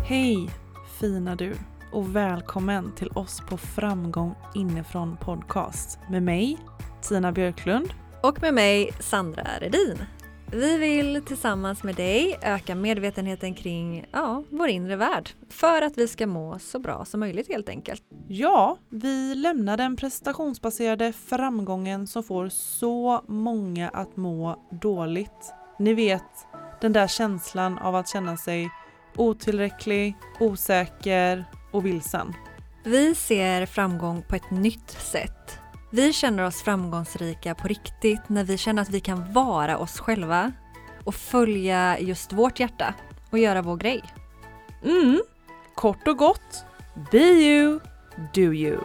Hej fina du och välkommen till oss på Framgång inifrån podcast med mig Tina Björklund och med mig Sandra Redin. Vi vill tillsammans med dig öka medvetenheten kring vår inre värld för att vi ska må så bra som möjligt helt enkelt. Ja, vi lämnar den prestationsbaserade framgången som får så många att må dåligt. Ni vet, den där känslan av att känna sig otillräcklig, osäker och vilsen. Vi ser framgång på ett nytt sätt. Vi känner oss framgångsrika på riktigt när vi känner att vi kan vara oss själva och följa just vårt hjärta och göra vår grej. Kort och gott, be you, do you.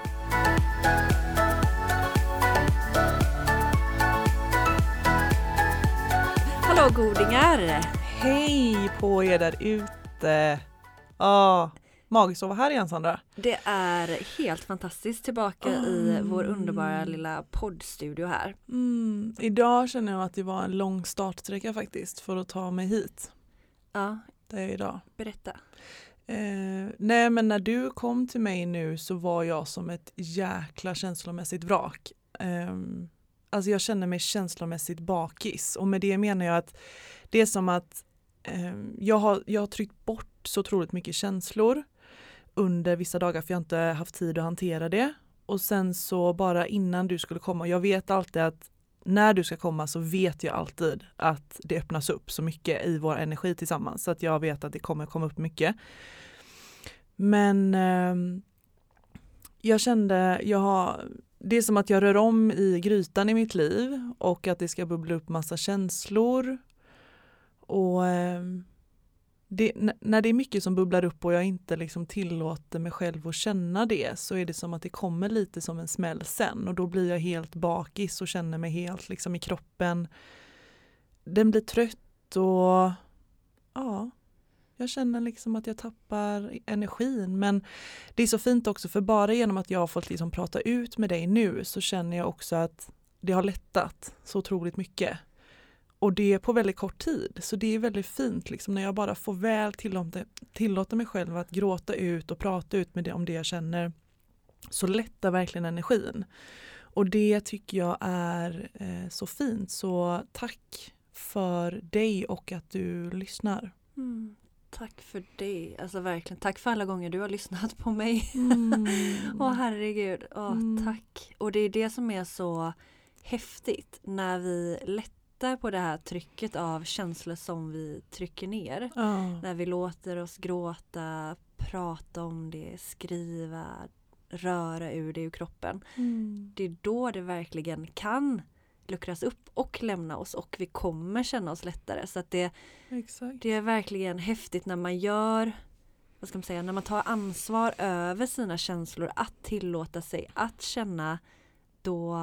Hallå godingar! Hej på er där ute. Magiskt att vara här igen, Sandra. Det är helt fantastiskt tillbaka i vår underbara lilla poddstudio här. Idag känner jag att det var en lång startsträcka faktiskt för att ta mig hit. Ja, det är idag. Berätta. Nej, men när du kom till mig nu så var jag som ett jäkla känslomässigt vrak. Alltså jag känner mig känslomässigt bakis. Och med det menar jag att det är som att jag har tryckt bort så otroligt mycket känslor under vissa dagar för jag inte haft tid att hantera det. Och sen så bara innan du skulle komma, jag vet alltid att när du ska komma så vet jag alltid att det öppnas upp så mycket i vår energi tillsammans. Så att jag vet att det kommer komma upp mycket. Men jag kände, det är som att jag rör om i grytan i mitt liv och att det ska bubbla upp massa känslor. Och när det är mycket som bubblar upp och jag inte liksom tillåter mig själv att känna det så är det som att det kommer lite som en smäll sen och då blir jag helt bakis och känner mig helt liksom i kroppen. Den blir trött och jag känner liksom att jag tappar energin, men det är så fint också för bara genom att jag har fått liksom prata ut med dig nu så känner jag också att det har lättat så otroligt mycket. Och det är på väldigt kort tid. Så det är väldigt fint liksom, när jag bara får väl tillåta mig själv att gråta ut och prata ut med det om det jag känner. Så lättar verkligen energin. Och det tycker jag är så fint. Så tack för dig och att du lyssnar. Tack för det. Alltså verkligen. Tack för alla gånger du har lyssnat på mig. Herregud. Tack. Och det är det som är så häftigt när vi lättar på det här trycket av känslor som vi trycker ner. När vi låter oss gråta, prata om det, skriva, röra ur det ur kroppen. Det är då det verkligen kan luckras upp och lämna oss och vi kommer känna oss lättare. Så att det är verkligen häftigt när man gör, när man tar ansvar över sina känslor, att tillåta sig att känna, då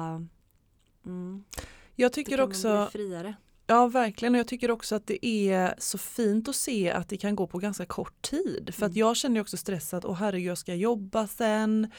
jag tycker också bli friare. Ja, verkligen. Och jag tycker också att det är så fint att se att det kan gå på ganska kort tid. För att jag känner ju också stressat, herregud, jag ska jobba sen.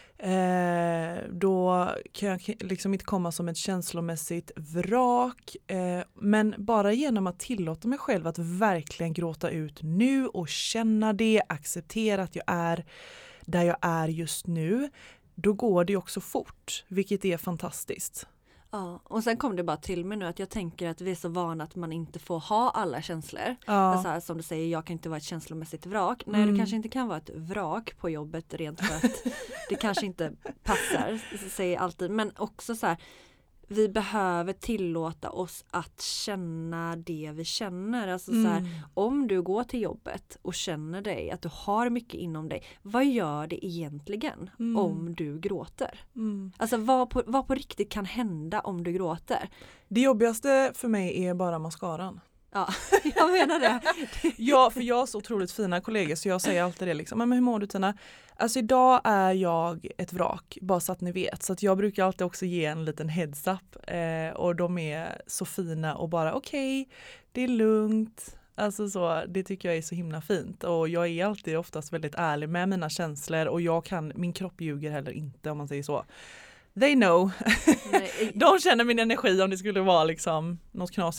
Då kan jag liksom inte komma som ett känslomässigt vrak. Men bara genom att tillåta mig själv att verkligen gråta ut nu och känna det, acceptera att jag är där jag är just nu, då går det också fort, vilket är fantastiskt. Ja, och sen kom det bara till mig nu att jag tänker att vi är så vana att man inte får ha alla känslor. Ja. Alltså, som du säger, jag kan inte vara ett känslomässigt vrak. Nej, du kanske inte kan vara ett vrak på jobbet rent för att det kanske inte passar, säger alltid. Men också så här, vi behöver tillåta oss att känna det vi känner. Alltså så här, om du går till jobbet och känner dig, att du har mycket inom dig, vad gör det egentligen om du gråter? Alltså vad på riktigt kan hända om du gråter? Det jobbigaste för mig är bara mascaran. Ja, jag menar det. Ja, för jag har så otroligt fina kollegor så jag säger alltid det liksom. Men hur mår du, Tina? Alltså idag är jag ett vrak, bara så att ni vet. Så att jag brukar alltid också ge en liten heads up. Och de är så fina och bara okej, det är lugnt. Alltså så, det tycker jag är så himla fint. Och jag är alltid oftast väldigt ärlig med mina känslor. Och min kropp ljuger heller inte, om man säger så. They know. De känner min energi om det skulle vara liksom något knasigt.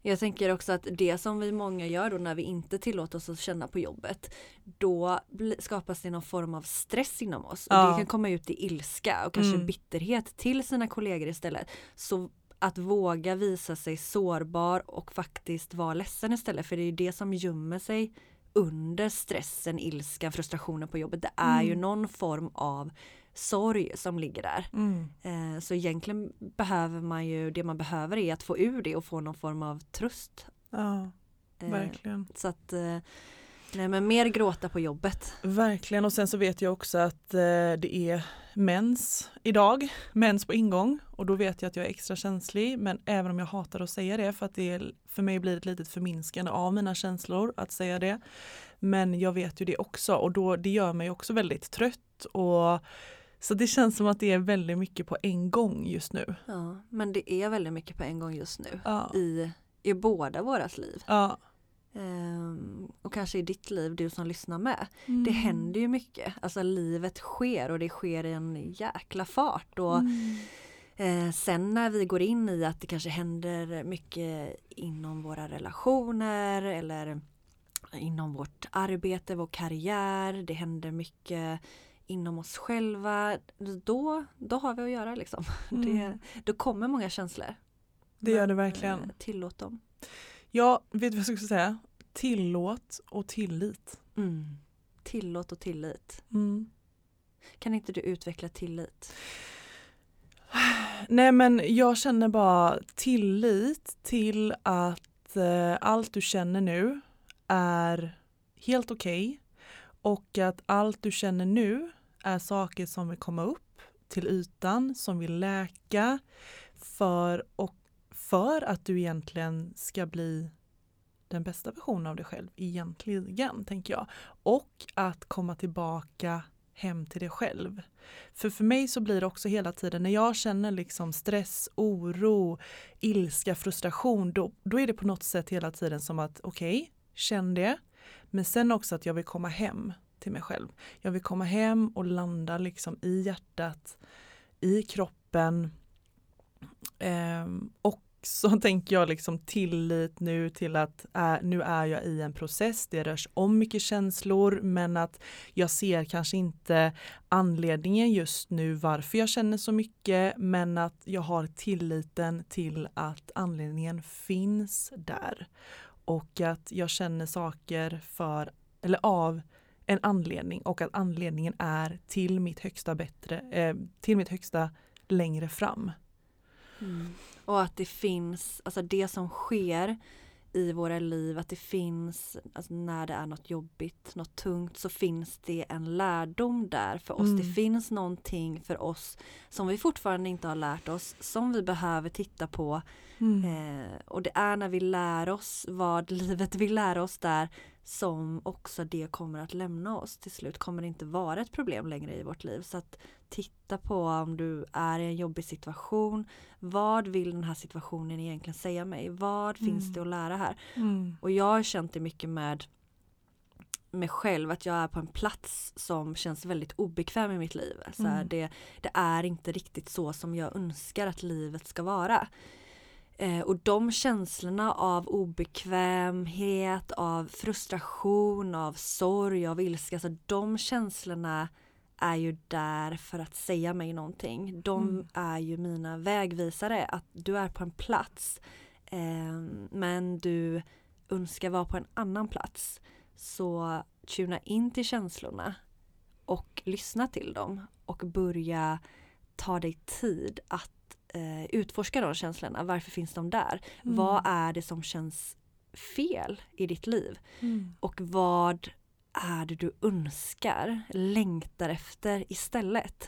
Jag tänker också att det som vi många gör då när vi inte tillåter oss att känna på jobbet, då skapas det någon form av stress inom oss. Och det kan komma ut i ilska och kanske bitterhet till sina kollegor istället. Så att våga visa sig sårbar och faktiskt vara ledsen istället. För det är ju det som gömmer sig under stressen, ilskan, frustrationen på jobbet. Det är ju någon form av sorg som ligger där. Så egentligen behöver man ju, det man behöver är att få ur det och få någon form av tröst. Ja, verkligen. Så att, nej men mer gråta på jobbet. Verkligen, och sen så vet jag också att det är mens idag, mens på ingång, och då vet jag att jag är extra känslig, men även om jag hatar att säga det, för att för mig blir det ett litet förminskande av mina känslor att säga det, men jag vet ju det också, och då, det gör mig också väldigt trött, och så det känns som att det är väldigt mycket på en gång just nu. Ja, men det är väldigt mycket på en gång just nu i båda våras liv. Ja. Och kanske i ditt liv, du som lyssnar med. Det händer ju mycket. Alltså livet sker, och det sker i en jäkla fart. Och sen när vi går in i att det kanske händer mycket inom våra relationer eller inom vårt arbete, vår karriär, det händer mycket inom oss själva, då har vi att göra liksom. Då kommer många känslor. Det gör det verkligen. Tillåt dem. Ja, vet du vad jag skulle säga? Tillåt och tillit. Tillåt och tillit. Kan inte du utveckla tillit? Nej, men jag känner bara tillit till att allt du känner nu är helt okej. Och att allt du känner nu är saker som vill komma upp till ytan, som vill läka för att du egentligen ska bli den bästa versionen av dig själv egentligen, tänker jag. Och att komma tillbaka hem till dig själv. För mig så blir det också hela tiden, när jag känner liksom stress, oro, ilska, frustration, då är det på något sätt hela tiden som att okej, känn det. Men sen också att jag vill komma hem till mig själv. Jag vill komma hem och landa liksom i hjärtat, i kroppen. Och så tänker jag liksom tillit nu till att nu är jag i en process. Det rörs om mycket känslor, men att jag ser kanske inte anledningen just nu varför jag känner så mycket, men att jag har tilliten till att anledningen finns där. Och att jag känner saker av en anledning, och att anledningen är till mitt högsta längre fram. Och att det finns, alltså det som sker i våra liv, att det finns, alltså när det är något jobbigt, något tungt, så finns det en lärdom där för oss. Det finns någonting för oss som vi fortfarande inte har lärt oss, som vi behöver titta på. Och det är när vi lär oss vad livet vill lära oss där, som också det kommer att lämna oss. Till slut kommer det inte vara ett problem längre i vårt liv. Så att titta på om du är i en jobbig situation. Vad vill den här situationen egentligen säga mig? Vad finns det att lära här? Och jag har känt det mycket med mig själv, att jag är på en plats som känns väldigt obekväm i mitt liv. Så här, det är inte riktigt så som jag önskar att livet ska vara. Och de känslorna av obekvämhet, av frustration, av sorg, av ilska, så de känslorna är ju där för att säga mig någonting. De är ju mina vägvisare, att du är på en plats men du önskar vara på en annan plats. Så tuna in till känslorna och lyssna till dem och börja ta dig tid att utforska de känslorna. Varför finns de där? Vad är det som känns fel i ditt liv? Och vad är det du önskar, längtar efter istället?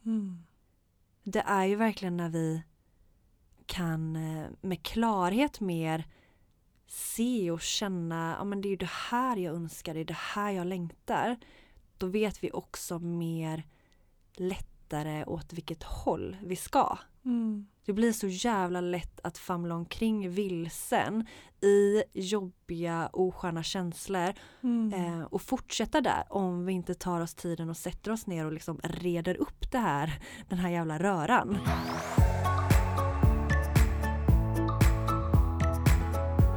Det är ju verkligen när vi kan med klarhet mer se och känna, ja men det är ju det här jag önskar, det är det här jag längtar. Då vet vi också mer lättare åt vilket håll vi ska. Det blir så jävla lätt att famla omkring vilsen i jobbiga, osköna känslor och fortsätta där om vi inte tar oss tiden och sätter oss ner och liksom reder upp den här jävla röran.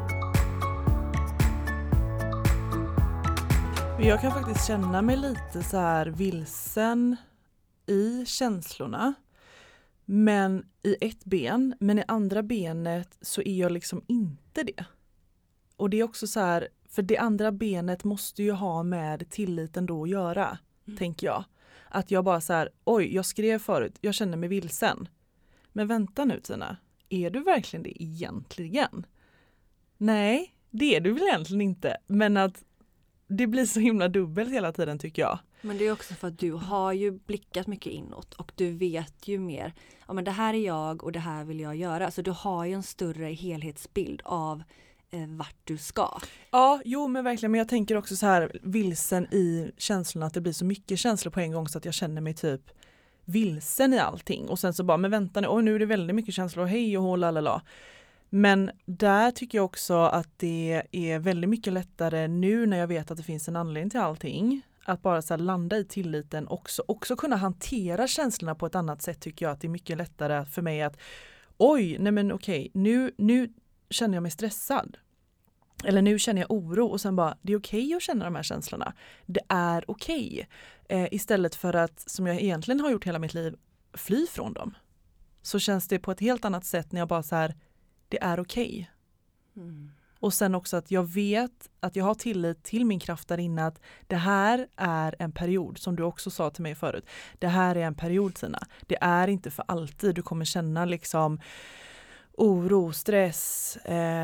Jag kan faktiskt känna mig lite så här vilsen i känslorna. Men i ett ben, men i andra benet så är jag liksom inte det. Och det är också så här, för det andra benet måste ju ha med tilliten då att göra, tänker jag. Att jag bara så här, oj, jag skrev förut, jag känner mig vilsen. Men vänta nu Tina, är du verkligen det egentligen? Nej, det är du väl egentligen inte. Men att det blir så himla dubbelt hela tiden tycker jag. Men det är också för att du har ju blickat mycket inåt och du vet ju mer, ja men det här är jag och det här vill jag göra. Så du har ju en större helhetsbild av vart du ska. Ja, jo men verkligen, men jag tänker också så här vilsen i känslorna, att det blir så mycket känslor på en gång så att jag känner mig typ vilsen i allting. Och sen så bara, men vänta nu, nu är det väldigt mycket känslor, hej och hå, lalala. Men där tycker jag också att det är väldigt mycket lättare nu när jag vet att det finns en anledning till allting. Att bara så här landa i tilliten också kunna hantera känslorna på ett annat sätt tycker jag att det är mycket lättare för mig att oj, nej men okej, nu känner jag mig stressad. Eller nu känner jag oro och sen bara, det är okej att känna de här känslorna. Det är okej. Istället för att, som jag egentligen har gjort hela mitt liv, fly från dem. Så känns det på ett helt annat sätt när jag bara så här, det är okej. Och sen också att jag vet att jag har tillit till min kraft där inne att det här är en period, som du också sa till mig förut. Det här är en period Tina. Det är inte för alltid. Du kommer känna liksom oro, stress,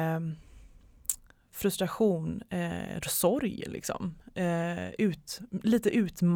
frustration, sorg liksom. Lite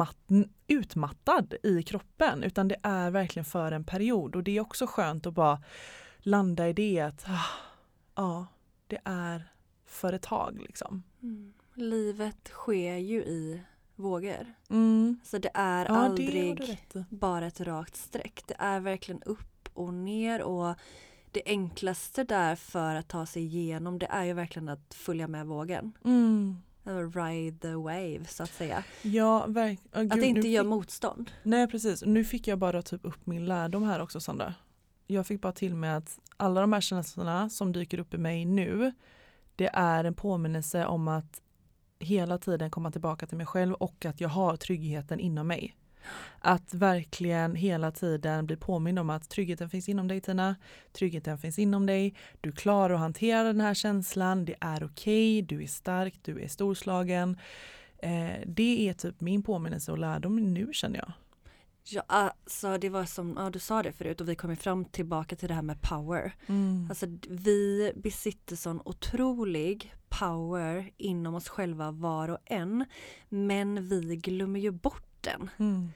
utmattad i kroppen. Utan det är verkligen för en period. Och det är också skönt att bara landa i det att ja, det är för ett tag liksom. Livet sker ju i vågor. Så det är ja, aldrig bara ett rakt streck. Det är verkligen upp och ner och det enklaste där för att ta sig igenom det är ju verkligen att följa med vågen. Ride the wave så att säga. Ja, att det inte gör motstånd. Nej precis, nu fick jag bara typ upp min lärdom här också Sandra. Jag fick bara till mig att alla de här känslorna som dyker upp i mig nu, det är en påminnelse om att hela tiden komma tillbaka till mig själv och att jag har tryggheten inom mig. Att verkligen hela tiden bli påmind om att tryggheten finns inom dig Tina, tryggheten finns inom dig, du klarar att hantera den här känslan, det är okej, du är stark, du är storslagen. Det är typ min påminnelse och lärdom nu känner jag. Ja, alltså det var som du sa det förut och vi kommer fram tillbaka till det här med power. Alltså vi besitter sån otrolig power inom oss själva var och en, men vi glömmer ju bort den.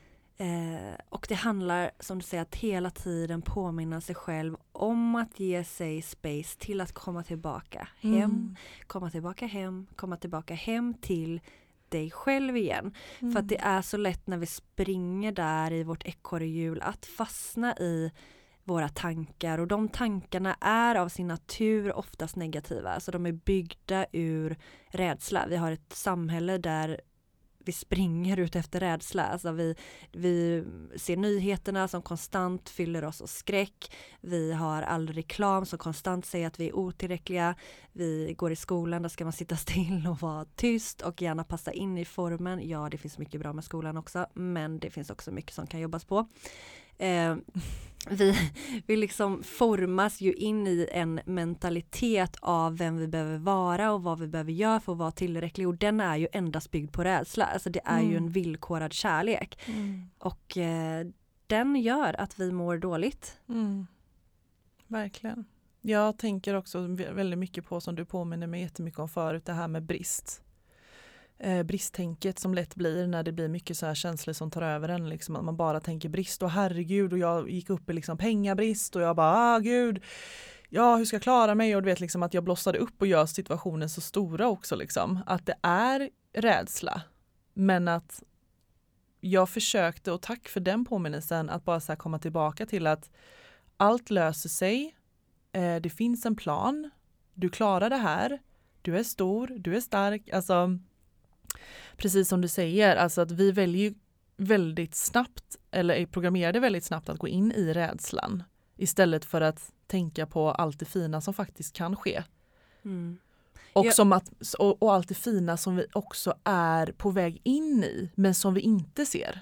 Och det handlar som du säger att hela tiden påminna sig själv om att ge sig space till att komma tillbaka hem, komma tillbaka hem till dig själv igen. För att det är så lätt när vi springer där i vårt ekorrhjul att fastna i våra tankar och de tankarna är av sin natur oftast negativa. Alltså de är byggda ur rädsla. Vi har ett samhälle där vi springer ut efter rädsla. Alltså vi ser nyheterna som konstant fyller oss av skräck. Vi har all reklam som konstant säger att vi är otillräckliga. Vi går i skolan, där ska man sitta still och vara tyst och gärna passa in i formen. Ja, det finns mycket bra med skolan också, men det finns också mycket som kan jobbas på. Vi liksom formas ju in i en mentalitet av vem vi behöver vara och vad vi behöver göra för att vara tillräcklig, och den är ju endast byggd på rädsla. Alltså det är ju en villkorad kärlek och den gör att vi mår dåligt. Verkligen. Jag tänker också väldigt mycket på, som du påminner mig jättemycket om förut, det här med bristtänket som lätt blir när det blir mycket så här känslor som tar över en, liksom att man bara tänker brist och herregud, och jag gick upp i liksom pengabrist och jag bara gud, ja hur ska jag klara mig, och du vet liksom att jag blossade upp och gör situationen så stora också liksom, att det är rädsla, men att jag försökte, och tack för den påminnelsen, att bara så här komma tillbaka till att allt löser sig, det finns en plan, du klarar det här, du är stor, du är stark, alltså precis som du säger, alltså att vi väljer väldigt snabbt, eller är programmerade väldigt snabbt att gå in i rädslan istället för att tänka på allt det fina som faktiskt kan ske. Och, och allt det fina som vi också är på väg in i, men som vi inte ser.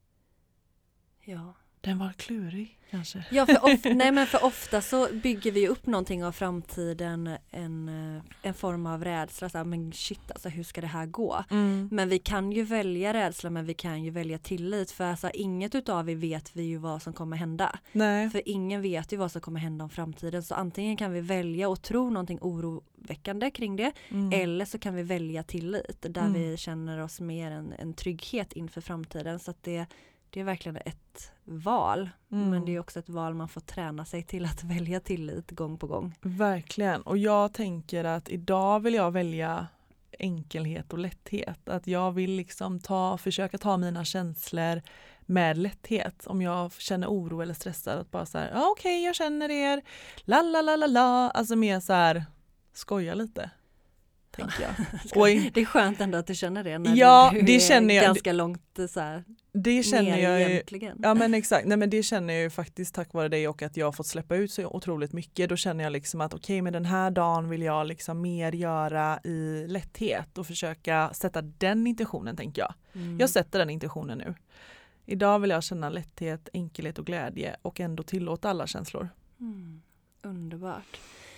Ja. Den var klurig kanske. Ja, för ofta så bygger vi upp någonting av framtiden, en form av rädsla. Så här, men shit, alltså, hur ska det här gå? Men vi kan ju välja rädsla, men vi kan ju välja tillit. För alltså, inget utav vi vet vi ju vad som kommer hända. Nej. För ingen vet ju vad som kommer hända om framtiden. Så antingen kan vi välja och tro någonting oroväckande kring det. Eller så kan vi välja tillit. Där vi känner oss mer en trygghet inför framtiden. Så att det är verkligen ett val. Men det är också ett val man får träna sig till att välja tillit gång på gång. Verkligen. Och jag tänker att idag vill jag välja enkelhet och lätthet. Att jag vill liksom försöka ta mina känslor med lätthet. Om jag känner oro eller stressad. Att bara så här, okej, jag känner er. La la la la la. Alltså mer så här, skoja lite. Tänker jag. Det är skönt ändå att du känner det. När du det är känner jag. Ganska långt så här. Det känner jag ju, egentligen. ja men exakt, nej men det känner jag ju faktiskt tack vare dig och att jag har fått släppa ut så otroligt mycket. Då känner jag liksom att okej, men den här dagen vill jag liksom mer göra i lätthet och försöka sätta den intentionen, tänker jag. Jag sätter den intentionen nu. Idag vill jag känna lätthet, enkelhet och glädje och ändå tillåta alla känslor. Underbart.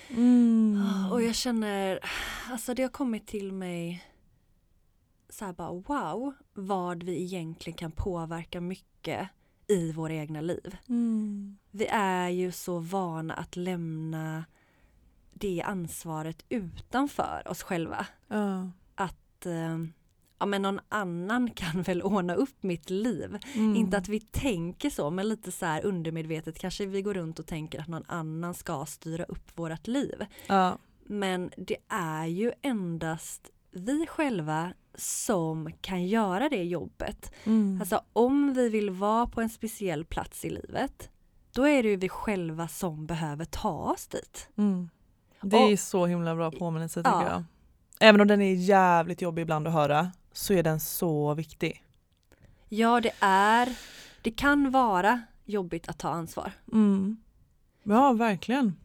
Och jag känner, alltså det har kommit till mig så här bara, wow, vad vi egentligen kan påverka mycket i våra egna liv. Vi är ju så vana att lämna det ansvaret utanför oss själva. Att men någon annan kan väl ordna upp mitt liv. Inte att vi tänker så, men lite så här undermedvetet kanske vi går runt och tänker att någon annan ska styra upp vårt liv. Men det är ju endast vi själva som kan göra det jobbet. Alltså om vi vill vara på en speciell plats i livet, då är det ju vi själva som behöver ta oss dit. Det är så himla bra påminnelse tycker jag. Även om den är jävligt jobbig ibland att höra, så är den så viktig. Ja, det kan vara jobbigt att ta ansvar. Ja, verkligen.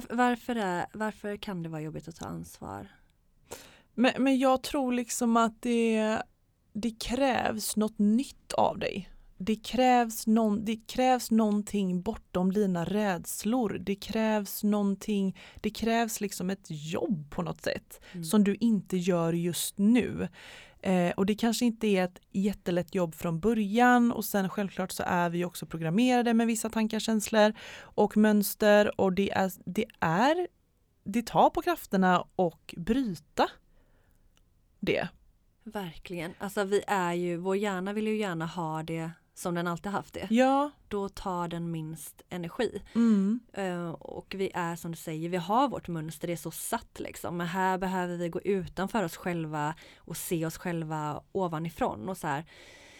Varför kan det vara jobbigt att ta ansvar? Men jag tror liksom att det krävs något nytt av dig. Det krävs någonting bortom dina rädslor. Det krävs liksom ett jobb på något sätt som du inte gör just nu. Och det kanske inte är ett jättelätt jobb från början, och sen självklart så är vi också programmerade med vissa tankar, känslor och mönster, och det tar på krafterna och bryta det. Verkligen. Alltså vår hjärna vill ju gärna ha det som den alltid haft det. Ja. Då tar den minst energi. Och vi är, som du säger, vi har vårt mönster, det är så satt liksom. Men här behöver vi gå utanför oss själva och se oss själva ovanifrån och så här.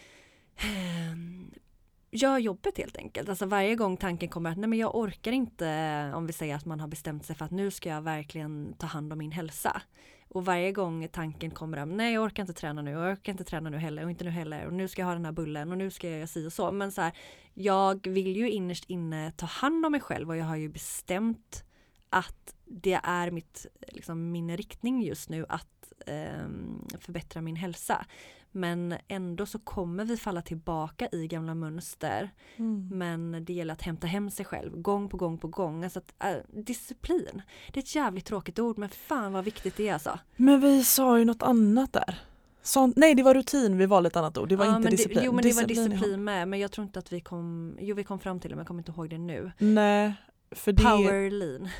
Gör jobbet helt enkelt. Alltså varje gång tanken kommer att nej men jag orkar inte, om vi säger att man har bestämt sig för att nu ska jag verkligen ta hand om min hälsa. Och varje gång tanken kommer om, nej jag orkar inte träna nu, och jag orkar inte träna nu heller, och inte nu heller, och nu ska jag ha den här bullen, och nu ska jag si och så. Men så här, jag vill ju innerst inne ta hand om mig själv, och jag har ju bestämt att det är min riktning just nu att förbättra min hälsa. Men ändå så kommer vi falla tillbaka i gamla mönster. Men det gäller att hämta hem sig själv gång på gång på gång. Alltså disciplin. Det är ett jävligt tråkigt ord, men fan vad viktigt det är alltså. Men vi sa ju något annat där. Nej, det var rutin, vi valde ett annat ord. Det var inte disciplin. Jo, men det var disciplin med. Men jag tror inte att vi kom fram till det, men jag kommer inte ihåg det nu. Nej, för det... Powerlean.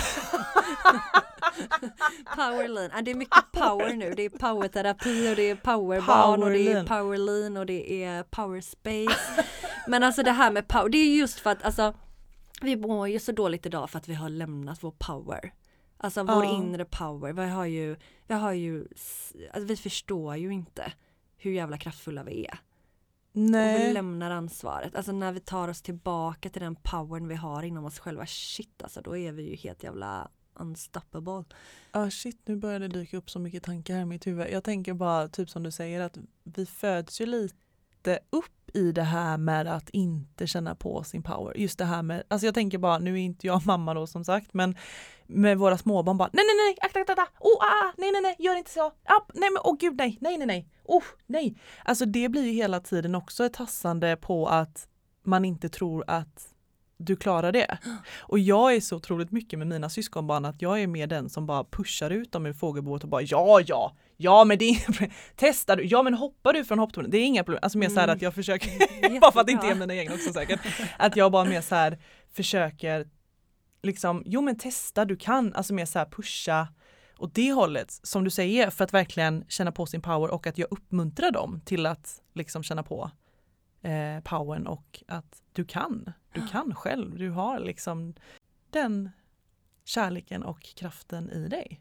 Powerlean. Det är mycket power nu. Det är powerterapi och det är powerbarn och det är powerlean och det är powerspace. Men alltså det här med power, det är just för att alltså, vi mår ju så dåligt idag för att vi har lämnat vår power. Alltså vår inre power. Vi förstår ju inte hur jävla kraftfulla vi är. Nej. Och vi lämnar ansvaret. Alltså när vi tar oss tillbaka till den powern vi har inom oss själva. Shit alltså, då är vi ju helt jävla unstoppable. Shit, nu börjar det dyka upp så mycket tankar här i mitt huvud. Jag tänker bara, typ som du säger, att vi föds ju lite upp i det här med att inte känna på sin power. Just det här med, alltså jag tänker bara, nu är inte jag mamma då som sagt, men med våra småbarn bara, nej, akta, nej, gör inte så, nej men gud, nej, nej. Alltså det blir ju hela tiden också ett tassande på att man inte tror att du klarar det. Och jag är så otroligt mycket med mina syskonbarn att jag är mer den som bara pushar ut dem ur fågelboet och bara ja men det testar du, ja men hoppar du från hopptornet, det är inga problem. Alltså mer så här att jag försöker, bara för att inte ge mina egna också säkert, att jag bara mer så här försöker liksom, jo men testa, du kan, alltså mer så här pusha åt det hållet som du säger, för att verkligen känna på sin power, och att jag uppmuntrar dem till att liksom känna på powern och att du kan själv, du har liksom den kärleken och kraften i dig.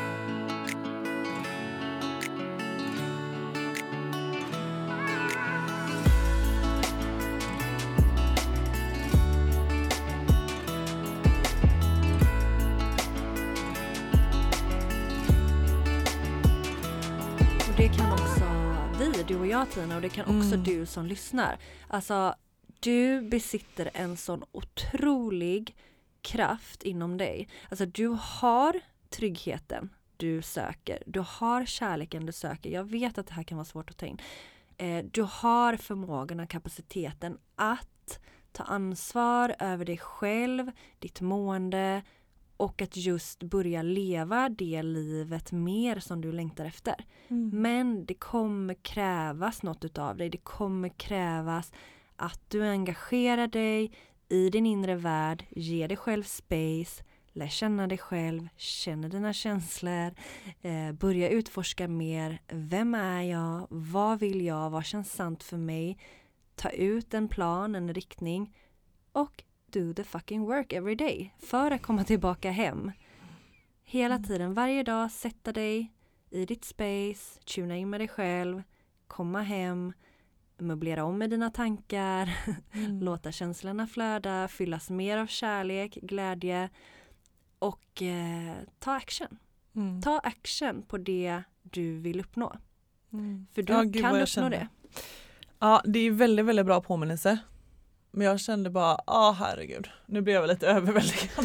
Och det kan också du och jag, Tina, och det kan också du som lyssnar. Alltså, du besitter en sån otrolig kraft inom dig. Alltså, du har tryggheten du söker. Du har kärleken du söker. Jag vet att det här kan vara svårt att ta in. Du har förmågan och kapaciteten att ta ansvar över dig själv, ditt mående, och att just börja leva det livet mer som du längtar efter. Men det kommer krävas något utav dig. Det kommer krävas att du engagerar dig i din inre värld. Ge dig själv space. Lär känna dig själv. Känna dina känslor. Börja utforska mer. Vem är jag? Vad vill jag? Vad känns sant för mig? Ta ut en plan, en riktning. Och do the fucking work every day för att komma tillbaka hem. Hela tiden, varje dag, sätta dig i ditt space, tuna in med dig själv, komma hem, möblera om med dina tankar, låta känslorna flöda, fyllas mer av kärlek, glädje och ta action. Ta action på det du vill uppnå. För du kan uppnå det. Ja, det är väldigt, väldigt bra påminnelse. Men jag kände bara, herregud, nu blir jag väl lite överväldigad.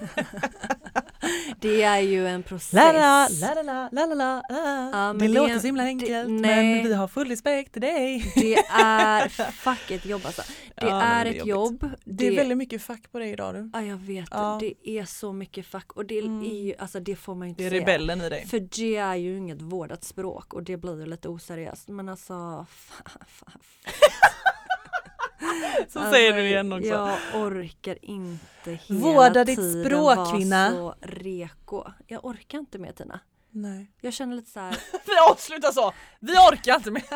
Det är ju en process. Det låter så himla enkelt, men vi har full respekt till dig. Det är ett jobb alltså. Det är ett jobb. Det är väldigt mycket fack på dig idag du. Ja, jag vet. Ja. Det är så mycket fack. Och det är ju, alltså det får man ju inte säga. Det är rebellen i dig. För det är ju inget vårdat språk och det blir ju lite oseriöst. Men alltså, Så säger du igen också. Jag orkar inte hela vårda ditt tiden språk, kvinna. Så reko. Jag orkar inte med, Tina. Nej. Jag känner lite så här. Vi avslutar så. Vi orkar inte med.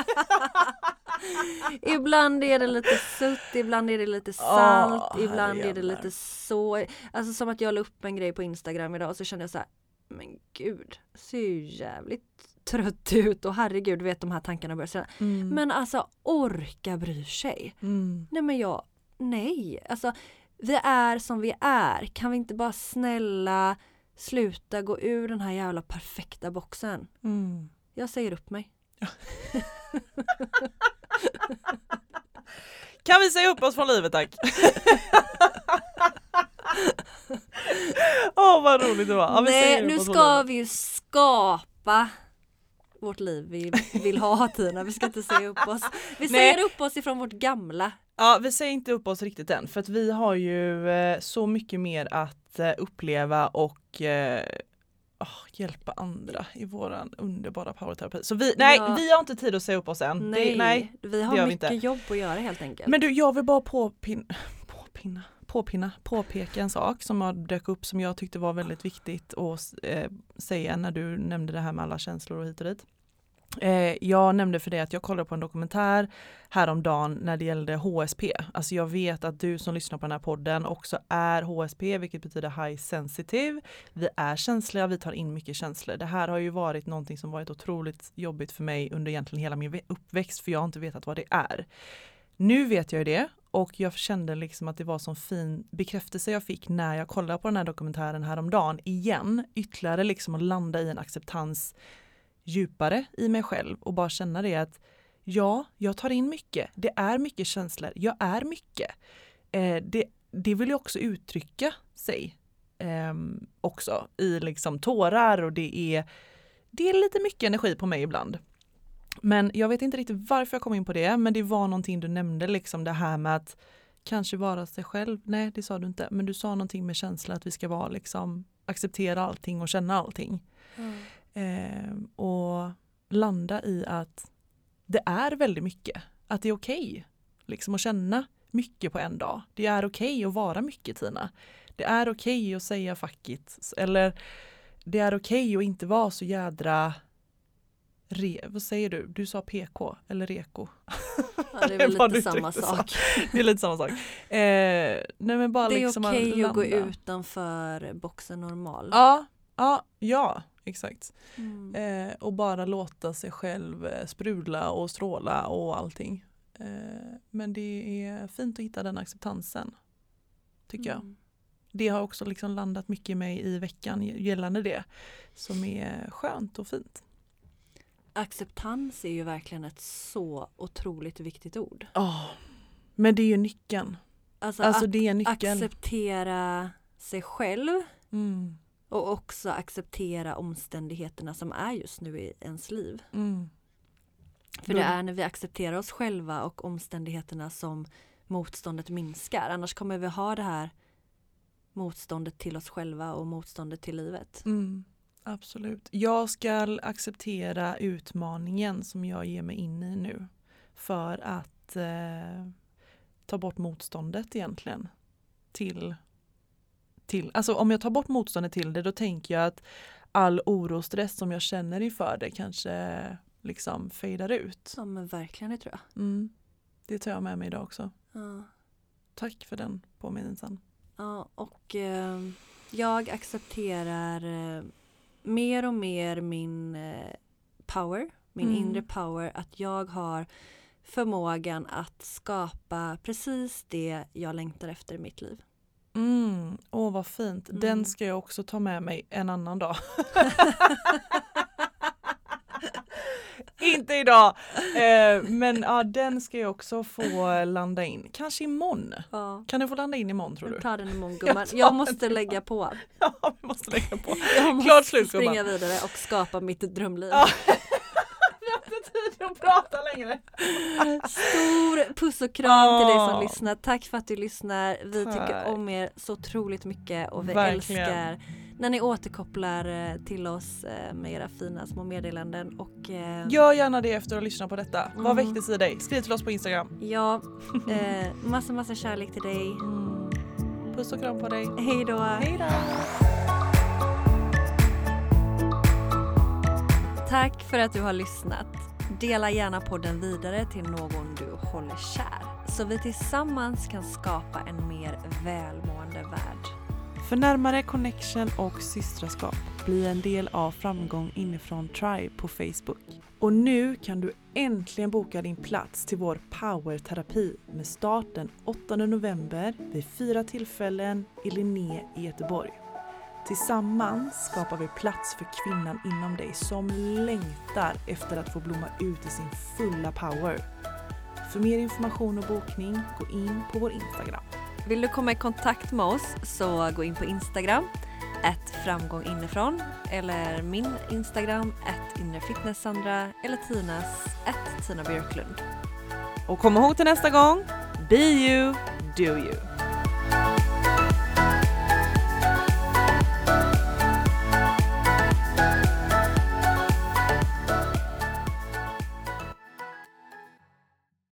Ibland är det lite sutt, ibland är det lite salt, ibland är det lite så. Alltså som att jag la upp en grej på Instagram idag och så kände jag så här, men gud, ser ju jävligt trött ut och herregud, du vet de här tankarna börjar säga. Men alltså, orka bryr sig. Nej. Alltså, vi är som vi är. Kan vi inte bara snälla sluta gå ur den här jävla perfekta boxen? Jag säger upp mig. Kan vi säga upp oss från livet, tack? Vad roligt det var. Ja, nej, nu ska vi skapa vårt liv vi vill ha, Tina. Vi ska inte säga upp oss. Vi säger upp oss ifrån vårt gamla. Ja, vi säger inte upp oss riktigt än. För att vi har ju så mycket mer att uppleva och hjälpa andra i våran underbara powerterapi. Så vi har inte tid att säga upp oss än. Nej, vi har mycket jobb att göra helt enkelt. Men du, jag vill bara påpeka en sak som har dök upp som jag tyckte var väldigt viktigt att säga när du nämnde det här med alla känslor och hit och dit. Jag nämnde för dig att jag kollade på en dokumentär häromdagen när det gällde HSP. Alltså jag vet att du som lyssnar på den här podden också är HSP, vilket betyder high sensitive. Vi är känsliga, vi tar in mycket känslor. Det här har ju varit någonting som varit otroligt jobbigt för mig under egentligen hela min uppväxt, för jag har inte vetat vad det är. Nu vet jag ju det. Och jag kände liksom att det var sån fin bekräftelse jag fick när jag kollade på den här dokumentären häromdagen igen. Ytterligare liksom att landa i en acceptans djupare i mig själv och bara känna det att ja, jag tar in mycket. Det är mycket känslor. Jag är mycket. Det vill ju också uttrycka sig också i liksom tårar, och det är lite mycket energi på mig ibland. Men jag vet inte riktigt varför jag kom in på det, men det var någonting du nämnde, liksom det här med att kanske vara sig själv. Nej, det sa du inte, men du sa någonting med känsla att vi ska vara liksom, acceptera allting och känna allting. Och landa i att det är väldigt mycket, att det är okej liksom att känna mycket på en dag. Det är okej att vara mycket, Tina. Det är okej att säga fuck it. Eller det är okej att inte vara så jädra vad säger du? Du sa PK eller reko. Ja, det är väl lite samma sak. Det är lite samma sak. Nej, men bara det är liksom okej att gå utanför boxen normal. Ja, exakt. Och bara låta sig själv sprudla och stråla och allting. Men det är fint att hitta den acceptansen, tycker jag. Det har också liksom landat mycket i mig i veckan gällande det, som är skönt och fint. Acceptans är ju verkligen ett så otroligt viktigt ord. Men det är ju nyckeln. Alltså det är nyckeln. Acceptera sig själv och också acceptera omständigheterna som är just nu i ens liv. För det är när vi accepterar oss själva och omständigheterna som motståndet minskar. Annars kommer vi ha det här motståndet till oss själva och motståndet till livet. Absolut. Jag ska acceptera utmaningen som jag ger mig in i nu. För att ta bort motståndet egentligen. Till. Alltså om jag tar bort motståndet till det, då tänker jag att all oro och stress som jag känner inför det kanske liksom fejdar ut. Ja, men verkligen, det tror jag. Det tar jag med mig idag också. Ja. Tack för den påminnelsen. Ja, och jag accepterar mer och mer min power, min inre power, att jag har förmågan att skapa precis det jag längtar efter i mitt liv. Vad fint. Den ska jag också ta med mig en annan dag. Inte idag. Men ja, den ska jag också få landa in. Kanske imorgon. Ja. Kan du få landa in imorgon, tror du? Jag tar den imorgon, gumman. Jag måste lägga på. Ja, vi måste lägga på. Jag måste springa vidare och skapa mitt drömliv. Ja. Vi har inte tid att prata längre. Stor puss och kram till dig som lyssnar. Tack för att du lyssnar. Vi tycker om er så otroligt mycket och vi älskar när ni återkopplar till oss med era fina små meddelanden. Och, gör gärna det efter att lyssna på detta. Vad väcktes i dig? Skriv till oss på Instagram. Ja, massa kärlek till dig. Puss och kram på dig. Hej då. Hej då. Tack för att du har lyssnat. Dela gärna podden vidare till någon du håller kär, så vi tillsammans kan skapa en mer välmående värld. För närmare connection och systraskap, bli en del av Framgång inifrån Tribe på Facebook. Och nu kan du äntligen boka din plats till vår powerterapi med start den 8 november vid 4 tillfällen i Linné i Göteborg. Tillsammans skapar vi plats för kvinnan inom dig som längtar efter att få blomma ut i sin fulla power. För mer information och bokning, gå in på vår Instagram. Vill du komma i kontakt med oss så gå in på Instagram @framgånginifrån eller min Instagram @inrefitnesssandra eller Tinas @Tina Björklund. Och kom ihåg till nästa gång, be you, do you.